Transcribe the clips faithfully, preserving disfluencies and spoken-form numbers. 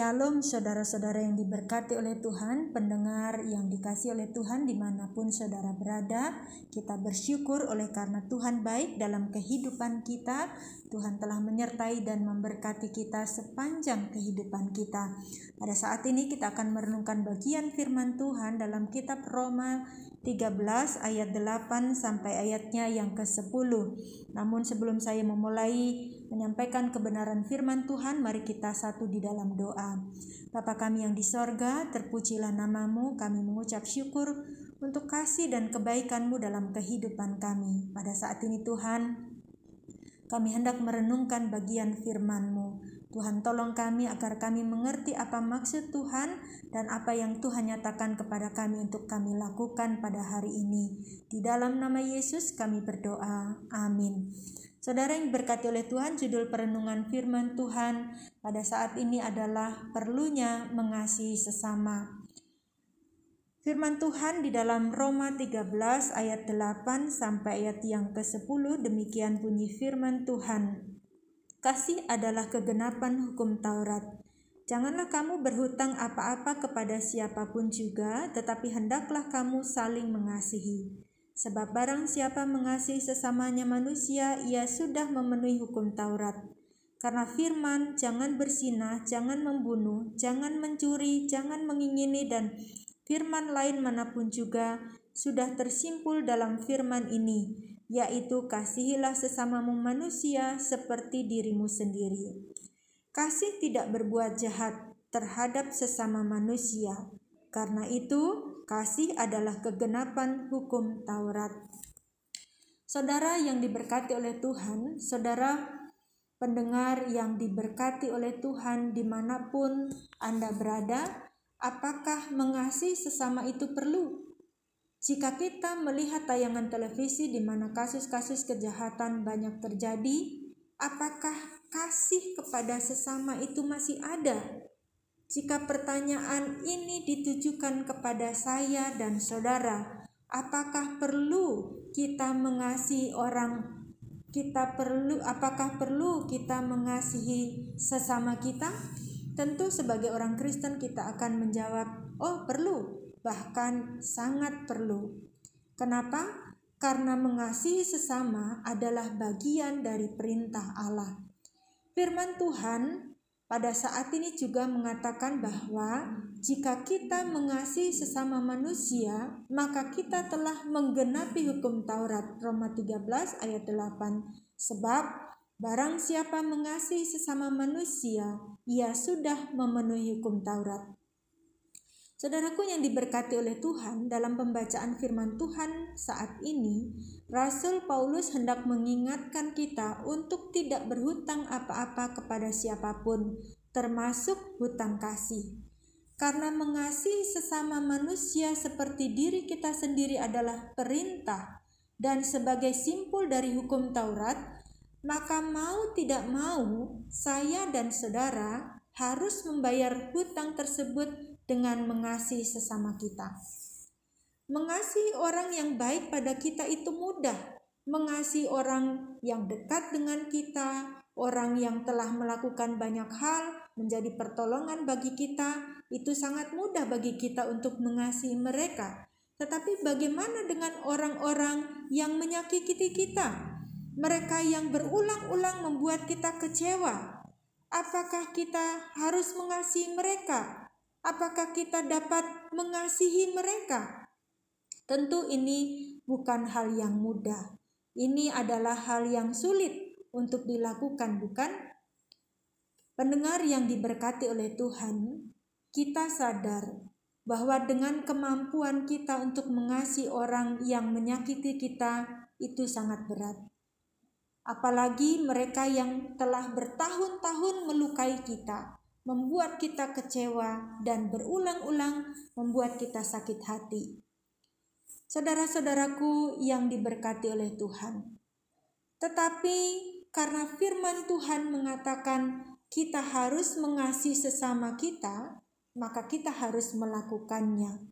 Shalom saudara-saudara yang diberkati oleh Tuhan, pendengar yang dikasihi oleh Tuhan dimanapun saudara berada. Kita bersyukur oleh karena Tuhan baik dalam kehidupan kita. Tuhan telah menyertai dan memberkati kita sepanjang kehidupan kita. Pada saat ini kita akan merenungkan bagian firman Tuhan dalam kitab Roma tiga belas ayat delapan sampai ayatnya yang kesepuluh. Namun sebelum saya memulai menyampaikan kebenaran firman Tuhan, mari kita satu di dalam doa. Bapa kami yang di sorga, terpujilah namamu. Kami mengucap syukur untuk kasih dan kebaikan-Mu dalam kehidupan kami. Pada saat ini Tuhan, kami hendak merenungkan bagian firman-Mu. Tuhan tolong kami agar kami mengerti apa maksud Tuhan dan apa yang Tuhan nyatakan kepada kami untuk kami lakukan pada hari ini. Di dalam nama Yesus kami berdoa. Amin. Saudara yang diberkati oleh Tuhan, judul perenungan firman Tuhan pada saat ini adalah perlunya mengasihi sesama. Firman Tuhan di dalam Roma tiga belas ayat delapan sampai ayat yang kesepuluh, demikian bunyi firman Tuhan. Kasih adalah kegenapan hukum Taurat. Janganlah kamu berhutang apa-apa kepada siapapun juga, tetapi hendaklah kamu saling mengasihi. Sebab barang siapa mengasihi sesamanya manusia, ia sudah memenuhi hukum Taurat. Karena firman, jangan berzinah, jangan membunuh, jangan mencuri, jangan mengingini, dan firman lain manapun juga sudah tersimpul dalam firman ini, yaitu kasihilah sesamamu manusia seperti dirimu sendiri. Kasih tidak berbuat jahat terhadap sesama manusia. Karena itu, kasih adalah kegenapan hukum Taurat. Saudara yang diberkati oleh Tuhan, saudara pendengar yang diberkati oleh Tuhan dimanapun Anda berada, apakah mengasihi sesama itu perlu? Jika kita melihat tayangan televisi di mana kasus-kasus kejahatan banyak terjadi, apakah kasih kepada sesama itu masih ada? Jika pertanyaan ini ditujukan kepada saya dan saudara, apakah perlu kita mengasihi orang? Kita perlu, apakah perlu kita mengasihi sesama kita? Tentu sebagai orang Kristen kita akan menjawab, oh perlu. Bahkan sangat perlu. Kenapa? Karena mengasihi sesama adalah bagian dari perintah Allah. Firman Tuhan pada saat ini juga mengatakan bahwa jika kita mengasihi sesama manusia, maka kita telah menggenapi hukum Taurat. Roma tiga belas ayat delapan. Sebab barang siapa mengasihi sesama manusia, ia sudah memenuhi hukum Taurat. Saudaraku yang diberkati oleh Tuhan, dalam pembacaan firman Tuhan saat ini, Rasul Paulus hendak mengingatkan kita untuk tidak berhutang apa-apa kepada siapapun, termasuk hutang kasih. Karena mengasihi sesama manusia seperti diri kita sendiri adalah perintah dan sebagai simpul dari hukum Taurat, maka mau tidak mau saya dan saudara harus membayar hutang tersebut dengan mengasihi sesama kita. Mengasihi orang yang baik pada kita itu mudah. Mengasihi orang yang dekat dengan kita, orang yang telah melakukan banyak hal, menjadi pertolongan bagi kita, itu sangat mudah bagi kita untuk mengasihi mereka. Tetapi bagaimana dengan orang-orang yang menyakiti kita? Mereka yang berulang-ulang membuat kita kecewa. Apakah kita harus mengasihi mereka? Apakah kita dapat mengasihi mereka? Tentu ini bukan hal yang mudah. Ini adalah hal yang sulit untuk dilakukan, bukan? Pendengar yang diberkati oleh Tuhan, kita sadar bahwa dengan kemampuan kita untuk mengasihi orang yang menyakiti kita itu sangat berat. Apalagi mereka yang telah bertahun-tahun melukai kita, membuat kita kecewa, dan berulang-ulang membuat kita sakit hati. Saudara-saudaraku yang diberkati oleh Tuhan, tetapi karena firman Tuhan mengatakan kita harus mengasihi sesama kita, maka kita harus melakukannya.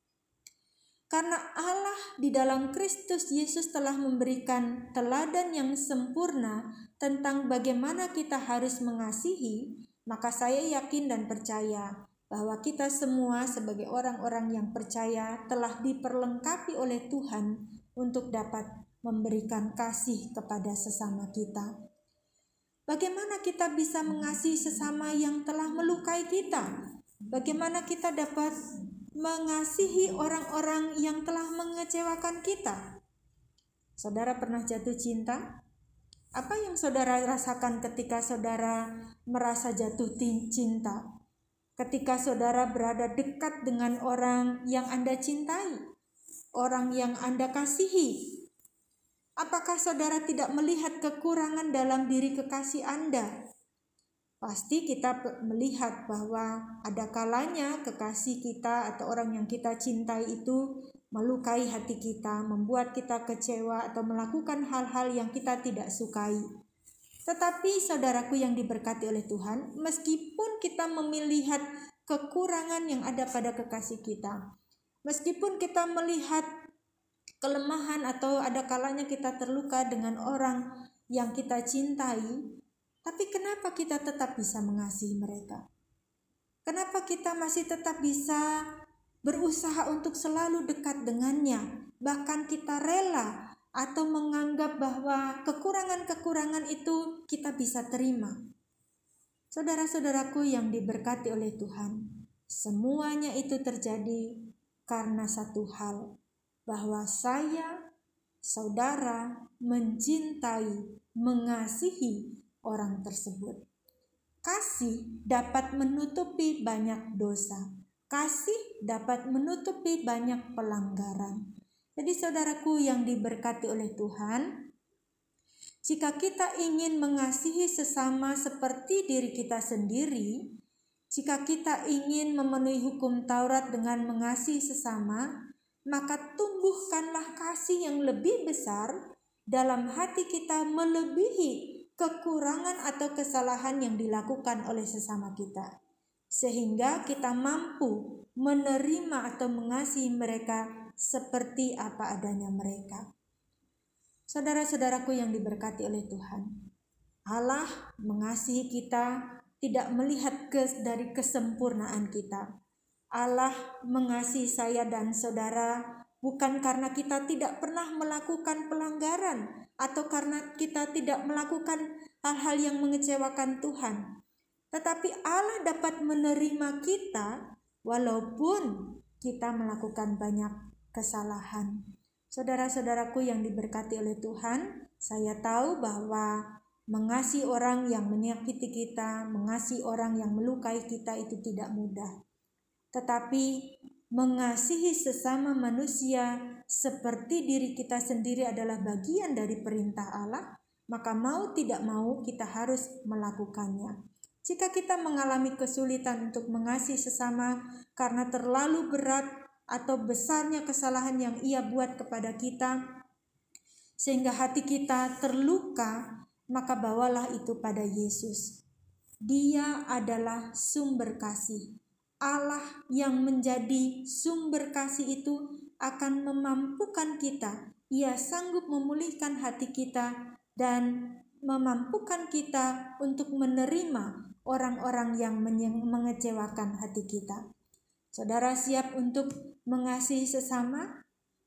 Karena Allah di dalam Kristus Yesus telah memberikan teladan yang sempurna tentang bagaimana kita harus mengasihi, Maka saya yakin dan percaya bahwa kita semua sebagai orang-orang yang percaya telah diperlengkapi oleh Tuhan untuk dapat memberikan kasih kepada sesama kita. Bagaimana kita bisa mengasihi sesama yang telah melukai kita? Bagaimana kita dapat mengasihi orang-orang yang telah mengecewakan kita? Saudara pernah jatuh cinta? Apa yang saudara rasakan ketika saudara merasa jatuh cinta? Ketika saudara berada dekat dengan orang yang Anda cintai, orang yang Anda kasihi, apakah saudara tidak melihat kekurangan dalam diri kekasih Anda? Pasti kita melihat bahwa ada kalanya kekasih kita atau orang yang kita cintai itu melukai hati kita, membuat kita kecewa atau melakukan hal-hal yang kita tidak sukai. Tetapi saudaraku yang diberkati oleh Tuhan, meskipun kita melihat kekurangan yang ada pada kekasih kita, meskipun kita melihat kelemahan atau ada kalanya kita terluka dengan orang yang kita cintai, tapi kenapa kita tetap bisa mengasihi mereka? Kenapa kita masih tetap bisa berusaha untuk selalu dekat dengannya? Bahkan kita rela atau menganggap bahwa kekurangan-kekurangan itu kita bisa terima. Saudara-saudaraku yang diberkati oleh Tuhan, semuanya itu terjadi karena satu hal, bahwa saya, saudara, mencintai, mengasihi orang tersebut. Kasih dapat menutupi banyak dosa. Kasih dapat menutupi banyak pelanggaran. Jadi saudaraku yang diberkati oleh Tuhan, jika kita ingin mengasihi sesama seperti diri kita sendiri, jika kita ingin memenuhi hukum Taurat dengan mengasihi sesama, maka tumbuhkanlah kasih yang lebih besar dalam hati kita melebihi kekurangan atau kesalahan yang dilakukan oleh sesama kita, sehingga kita mampu menerima atau mengasihi mereka seperti apa adanya mereka. Saudara-saudaraku yang diberkati oleh Tuhan, Allah mengasihi kita tidak melihat kes dari kesempurnaan kita. Allah mengasihi saya dan saudara bukan karena kita tidak pernah melakukan pelanggaran atau karena kita tidak melakukan hal-hal yang mengecewakan Tuhan. Tetapi Allah dapat menerima kita walaupun kita melakukan banyak kesalahan. Saudara-saudaraku yang diberkati oleh Tuhan, saya tahu bahwa mengasihi orang yang menyakiti kita, mengasihi orang yang melukai kita itu tidak mudah. Tetapi mengasihi sesama manusia seperti diri kita sendiri adalah bagian dari perintah Allah, maka mau tidak mau kita harus melakukannya. Jika kita mengalami kesulitan untuk mengasihi sesama karena terlalu berat atau besarnya kesalahan yang ia buat kepada kita, sehingga hati kita terluka, maka bawalah itu pada Yesus. Dia adalah sumber kasih. Allah yang menjadi sumber kasih itu akan memampukan kita. Ia sanggup memulihkan hati kita dan memampukan kita untuk menerima orang-orang yang mengecewakan hati kita. Saudara siap untuk mengasihi sesama?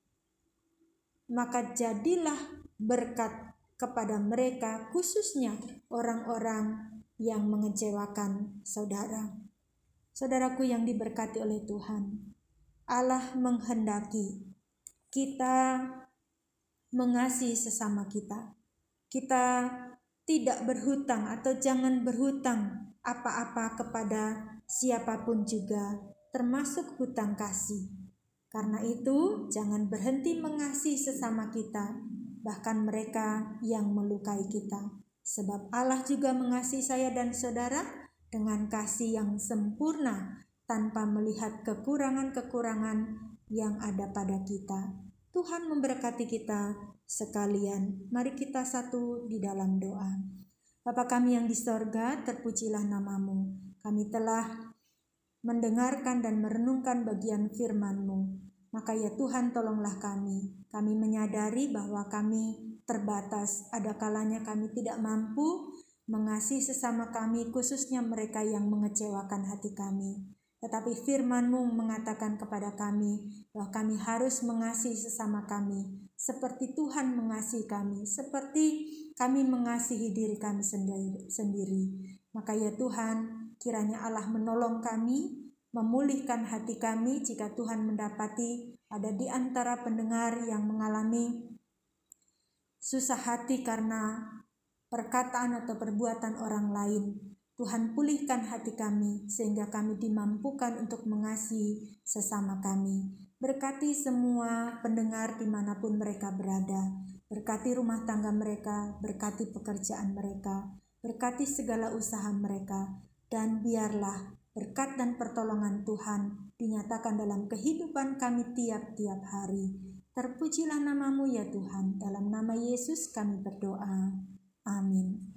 Maka jadilah berkat kepada mereka, khususnya orang-orang yang mengecewakan saudara. Saudaraku yang diberkati oleh Tuhan, Allah menghendaki kita mengasihi sesama kita. Kita tidak berhutang atau jangan berhutang apa-apa kepada siapapun juga, termasuk hutang kasih. Karena itu, jangan berhenti mengasihi sesama kita, bahkan mereka yang melukai kita. Sebab Allah juga mengasihi saya dan saudara dengan kasih yang sempurna tanpa melihat kekurangan-kekurangan yang ada pada kita. Tuhan memberkati kita sekalian. Mari kita satu di dalam doa. Bapa kami yang di sorga, terpujilah namamu. Kami telah mendengarkan dan merenungkan bagian firman-Mu. Maka ya Tuhan, tolonglah kami. Kami menyadari bahwa kami terbatas. Ada kalanya kami tidak mampu mengasihi sesama kami, khususnya mereka yang mengecewakan hati kami. Tetapi firman-Mu mengatakan kepada kami bahwa kami harus mengasihi sesama kami seperti Tuhan mengasihi kami, seperti kami mengasihi diri kami sendiri. Maka ya Tuhan, kiranya Allah menolong kami, memulihkan hati kami jika Tuhan mendapati ada di antara pendengar yang mengalami susah hati karena perkataan atau perbuatan orang lain. Tuhan, pulihkan hati kami sehingga kami dimampukan untuk mengasihi sesama kami. Berkati semua pendengar dimanapun mereka berada. Berkati rumah tangga mereka, berkati pekerjaan mereka, berkati segala usaha mereka. Dan biarlah berkat dan pertolongan Tuhan dinyatakan dalam kehidupan kami tiap-tiap hari. Terpujilah nama-Mu ya Tuhan. Dalam nama Yesus kami berdoa. Amin.